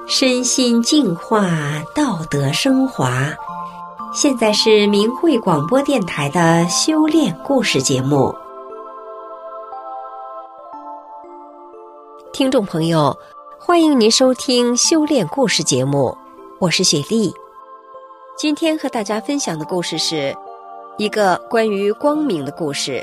身心净化，道德升华。现在是明慧广播电台的修炼故事节目。听众朋友，欢迎您收听修炼故事节目，我是雪莉。今天和大家分享的故事是一个关于光明的故事。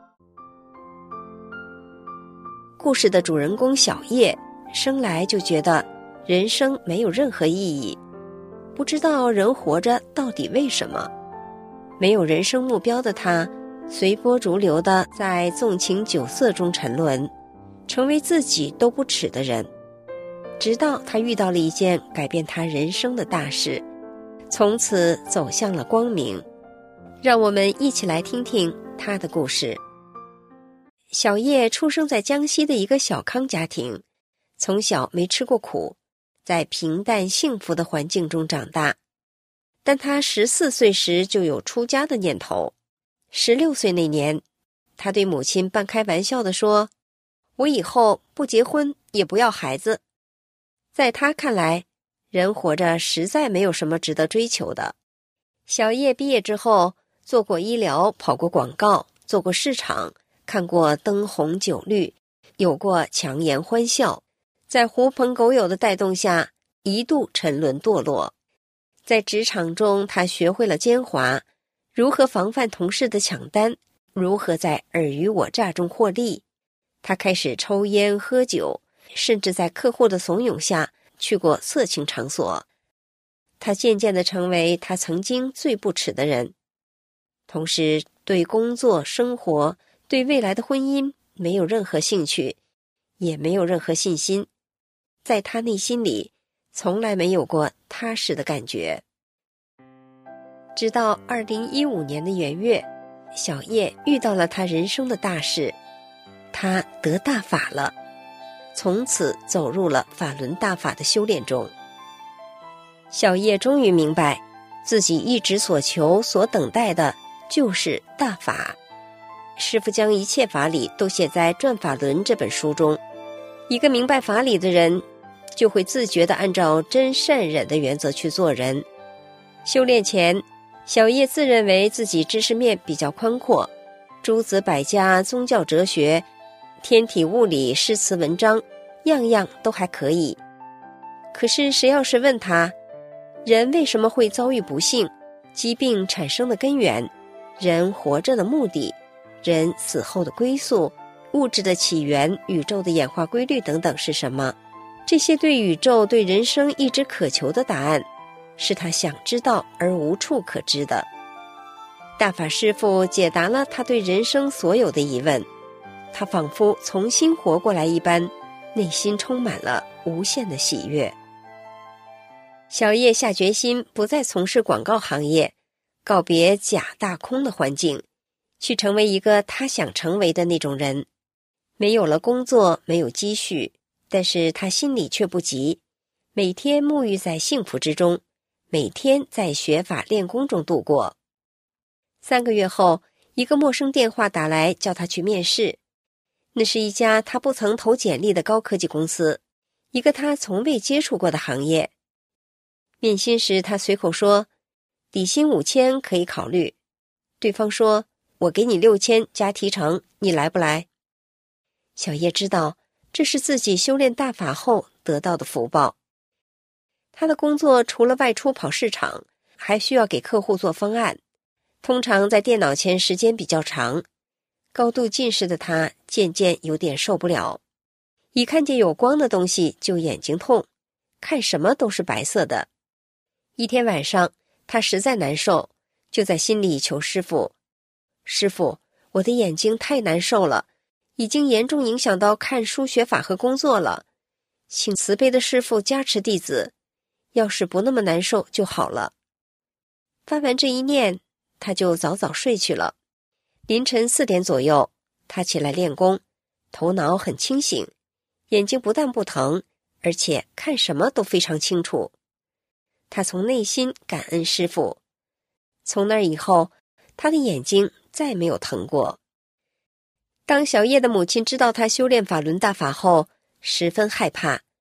故事的主人公小叶生来就觉得人生没有任何意义，不知道人活着到底为什么。没有人生目标的他，随波逐流地在纵情酒色中沉沦，成为自己都不耻的人。直到他遇到了一件改变他人生的大事，从此走向了光明。让我们一起来听听他的故事。小叶出生在江西的一个小康家庭，从小没吃过苦，在平淡幸福的环境中长大。但他14岁时就有出家的念头。16岁那年，他对母亲半开玩笑地说，我以后不结婚也不要孩子。在他看来，人活着实在没有什么值得追求的。小叶毕业之后，做过医疗，跑过广告，做过市场，看过灯红酒绿，有过强颜欢笑，在狐朋狗友的带动下，一度沉沦堕落。在职场中，他学会了奸猾，如何防范同事的抢单，如何在尔虞我诈中获利。他开始抽烟喝酒，甚至在客户的怂恿下去过色情场所。他渐渐地成为他曾经最不耻的人，同时对工作生活，对未来的婚姻没有任何兴趣，也没有任何信心。在他内心里从来没有过踏实的感觉。直到2015年的元月，小叶遇到了他人生的大事，他得大法了，从此走入了法轮大法的修炼中。小叶终于明白，自己一直所求所等待的就是大法。师父将一切法理都写在《转法轮》这本书中。一个明白法理的人，就会自觉地按照真善忍的原则去做人。修炼前，小叶自认为自己知识面比较宽阔，诸子百家、宗教哲学、天体物理、诗词文章，样样都还可以。可是谁要是问他，人为什么会遭遇不幸，疾病产生的根源，人活着的目的，人死后的归宿，物质的起源，宇宙的演化规律等等是什么？这些对宇宙对人生一直渴求的答案，是他想知道而无处可知的。大法师父解答了他对人生所有的疑问，他仿佛重新活过来一般，内心充满了无限的喜悦。小叶下决心不再从事广告行业，告别假大空的环境，去成为一个他想成为的那种人。没有了工作，没有积蓄，但是他心里却不急，每天沐浴在幸福之中，每天在学法练功中度过。3个月后，一个陌生电话打来，叫他去面试。那是一家他不曾投简历的高科技公司，一个他从未接触过的行业。面薪时，他随口说，底薪5000可以考虑。对方说，我给你6000加提成，你来不来？小叶知道，这是自己修炼大法后得到的福报。他的工作除了外出跑市场，还需要给客户做方案，通常在电脑前时间比较长。高度近视的他渐渐有点受不了，一看见有光的东西就眼睛痛，看什么都是白色的。一天晚上，他实在难受，就在心里求师父，师父，我的眼睛太难受了，已经严重影响到看书学法和工作了，请慈悲的师父加持弟子，要是不那么难受就好了。发完这一念，他就早早睡去了。凌晨4点左右，他起来练功，头脑很清醒，眼睛不但不疼，而且看什么都非常清楚。他从内心感恩师父。从那以后，他的眼睛再没有疼过。当小叶的母亲知道他修炼法轮大法后，十分害怕，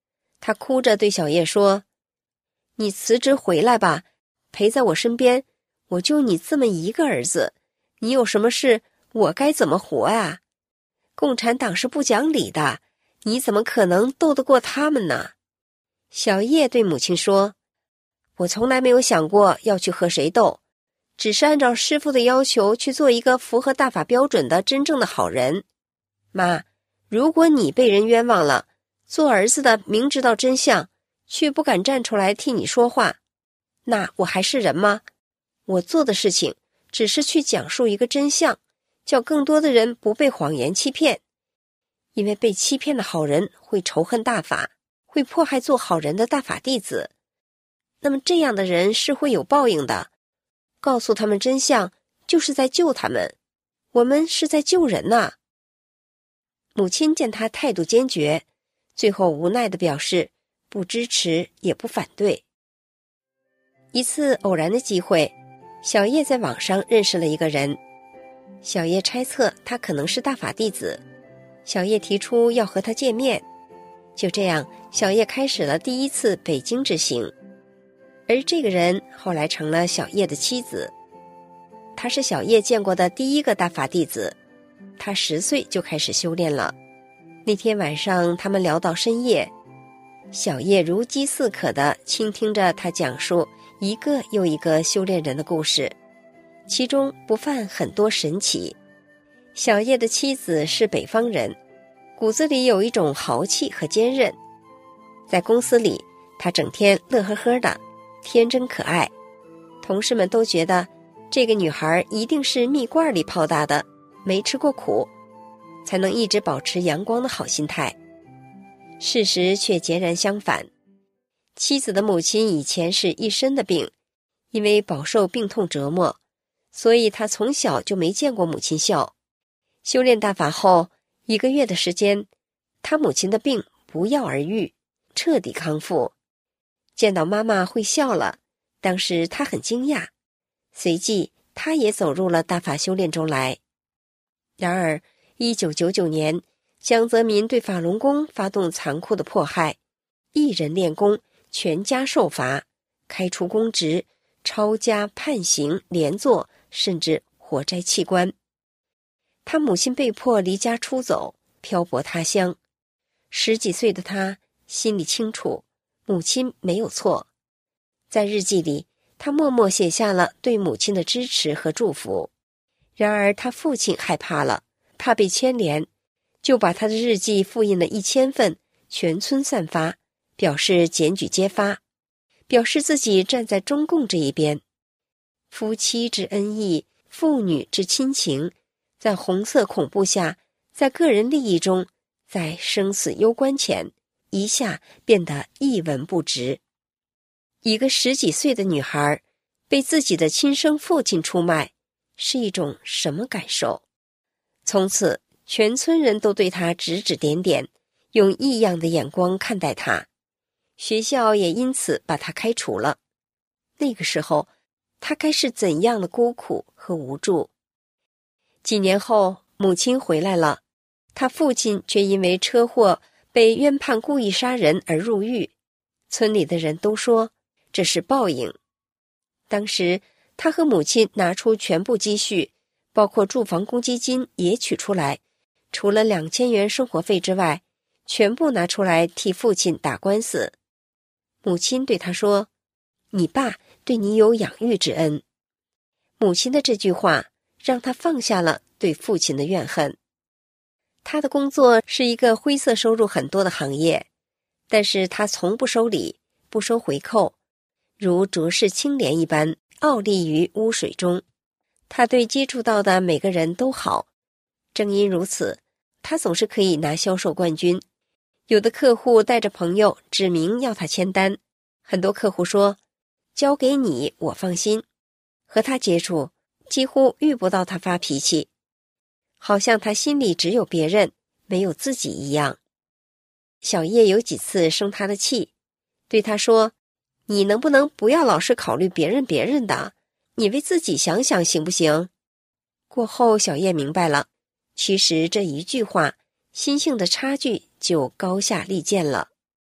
他哭着对小叶说：“你辞职回来吧，陪在我身边，我就你这么一个儿子，你有什么事，我该怎么活啊？共产党是不讲理的，你怎么可能斗得过他们呢？”小叶对母亲说：“我从来没有想过要去和谁斗，只是按照师父的要求去做一个符合大法标准的真正的好人。妈，如果你被人冤枉了，做儿子的明知道真相，却不敢站出来替你说话，那我还是人吗？我做的事情只是去讲述一个真相，叫更多的人不被谎言欺骗。因为被欺骗的好人会仇恨大法，会迫害做好人的大法弟子。那么这样的人是会有报应的。告诉他们真相，就是在救他们。我们是在救人呐。”母亲见他态度坚决，最后无奈地表示不支持也不反对。一次偶然的机会，小叶在网上认识了一个人。小叶猜测他可能是大法弟子，小叶提出要和他见面。就这样，小叶开始了第一次北京之行。而这个人后来成了小叶的妻子。他是小叶见过的第一个大法弟子，他10岁就开始修炼了。那天晚上他们聊到深夜，小叶如饥似渴地倾听着他讲述一个又一个修炼人的故事，其中不乏很多神奇。小叶的妻子是北方人，骨子里有一种豪气和坚韧。在公司里，他整天乐呵呵的，天真可爱，同事们都觉得这个女孩一定是蜜罐里泡大的，没吃过苦，才能一直保持阳光的好心态。事实却截然相反。妻子的母亲以前是一身的病，因为饱受病痛折磨，所以她从小就没见过母亲笑。修炼大法后1个月的时间，她母亲的病不药而愈，彻底康复。见到妈妈会笑了，当时她很惊讶，随即她也走入了大法修炼中来。然而1999年，江泽民对法轮功发动残酷的迫害，一人练功，全家受罚，开除公职，抄家判刑连坐，甚至活摘器官。他母亲被迫离家出走，漂泊他乡。10几岁的他心里清楚，母亲没有错。在日记里，他默默写下了对母亲的支持和祝福。然而他父亲害怕了，怕被牵连，就把他的日记复印了1000份，全村散发，表示检举揭发，表示自己站在中共这一边。夫妻之恩义，父女之亲情，在红色恐怖下，在个人利益中，在生死攸关前，一下变得一文不值。一个10几岁的女孩被自己的亲生父亲出卖，是一种什么感受？从此全村人都对她指指点点，用异样的眼光看待她，学校也因此把她开除了。那个时候她该是怎样的孤苦和无助？几年后，母亲回来了，她父亲却因为车祸被冤判故意杀人而入狱。村里的人都说这是报应。当时他和母亲拿出全部积蓄，包括住房公积金也取出来，除了2000元生活费之外，全部拿出来替父亲打官司。母亲对他说：“你爸对你有养育之恩。”母亲的这句话让他放下了对父亲的怨恨。他的工作是一个灰色收入很多的行业，但是他从不收礼，不收回扣，如浊世清廉一般傲立于污水中。他对接触到的每个人都好，正因如此，他总是可以拿销售冠军。有的客户带着朋友指明要他签单，很多客户说交给你我放心。和他接触几乎遇不到他发脾气，好像他心里只有别人没有自己一样。小叶有几次生他的气，对他说：“你能不能不要老是考虑别人的，你为自己想想行不行？”过后小叶明白了，其实这一句话心性的差距就高下立见了。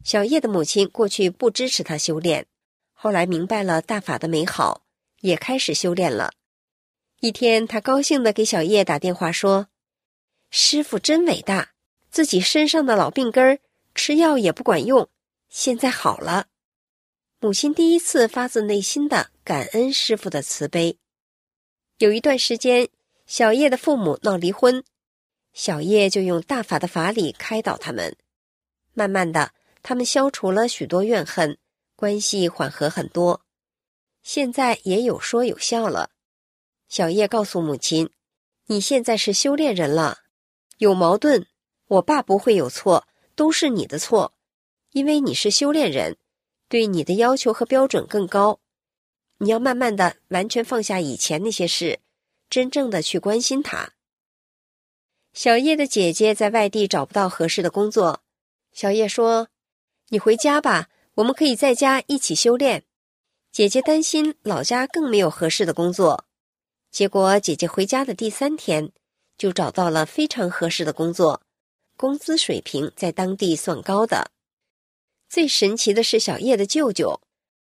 小叶的母亲过去不支持他修炼，后来明白了大法的美好，也开始修炼了。一天，他高兴地给小叶打电话说：“师父真伟大，自己身上的老病根儿吃药也不管用，现在好了。”母亲第一次发自内心的感恩师父的慈悲。有一段时间，小叶的父母闹离婚，小叶就用大法的法理开导他们。慢慢的，他们消除了许多怨恨，关系缓和很多，现在也有说有笑了。小叶告诉母亲：“你现在是修炼人了，有矛盾，我爸不会有错，都是你的错，因为你是修炼人，对你的要求和标准更高。你要慢慢的完全放下以前那些事，真正的去关心他。”小叶的姐姐在外地找不到合适的工作，小叶说：“你回家吧，我们可以在家一起修炼。”姐姐担心老家更没有合适的工作，结果姐姐回家的第3天，就找到了非常合适的工作，工资水平在当地算高的。最神奇的是小叶的舅舅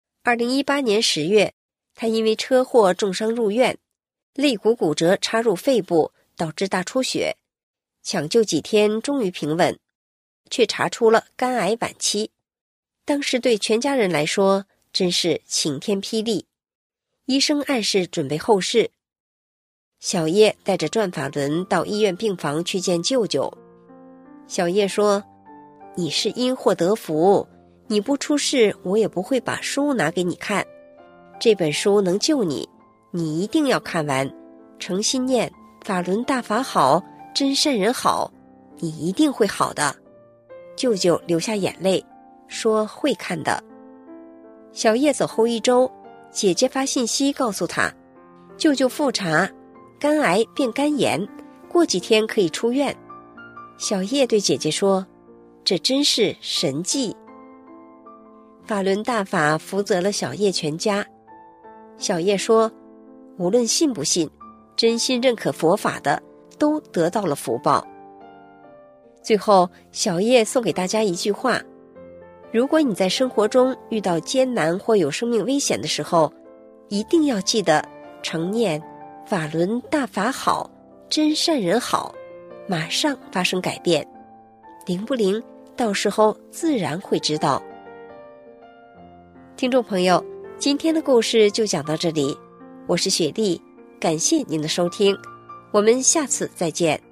，2018年10月，他因为车祸重伤入院，肋骨骨折插入肺部，导致大出血，抢救几天终于平稳，却查出了肝癌晚期。当时对全家人来说真是晴天霹雳，医生暗示准备后事。小叶带着转法轮到医院病房去见舅舅。小叶说：“你是因祸得福，你不出事，我也不会把书拿给你看。这本书能救你，你一定要看完，诚心念法轮大法好，真善人好，你一定会好的。”舅舅流下眼泪，说会看的。小叶走后1周，姐姐发信息告诉他，舅舅复查，肝癌变肝炎，过几天可以出院。小叶对姐姐说：“这真是神迹。”法轮大法福泽了小叶全家。小叶说：“无论信不信，真心认可佛法的，都得到了福报。”最后，小叶送给大家一句话：如果你在生活中遇到艰难或有生命危险的时候，一定要记得常念法轮大法好，真善人好，马上发生改变。灵不灵，到时候自然会知道。听众朋友，今天的故事就讲到这里，我是雪莉，感谢您的收听，我们下次再见。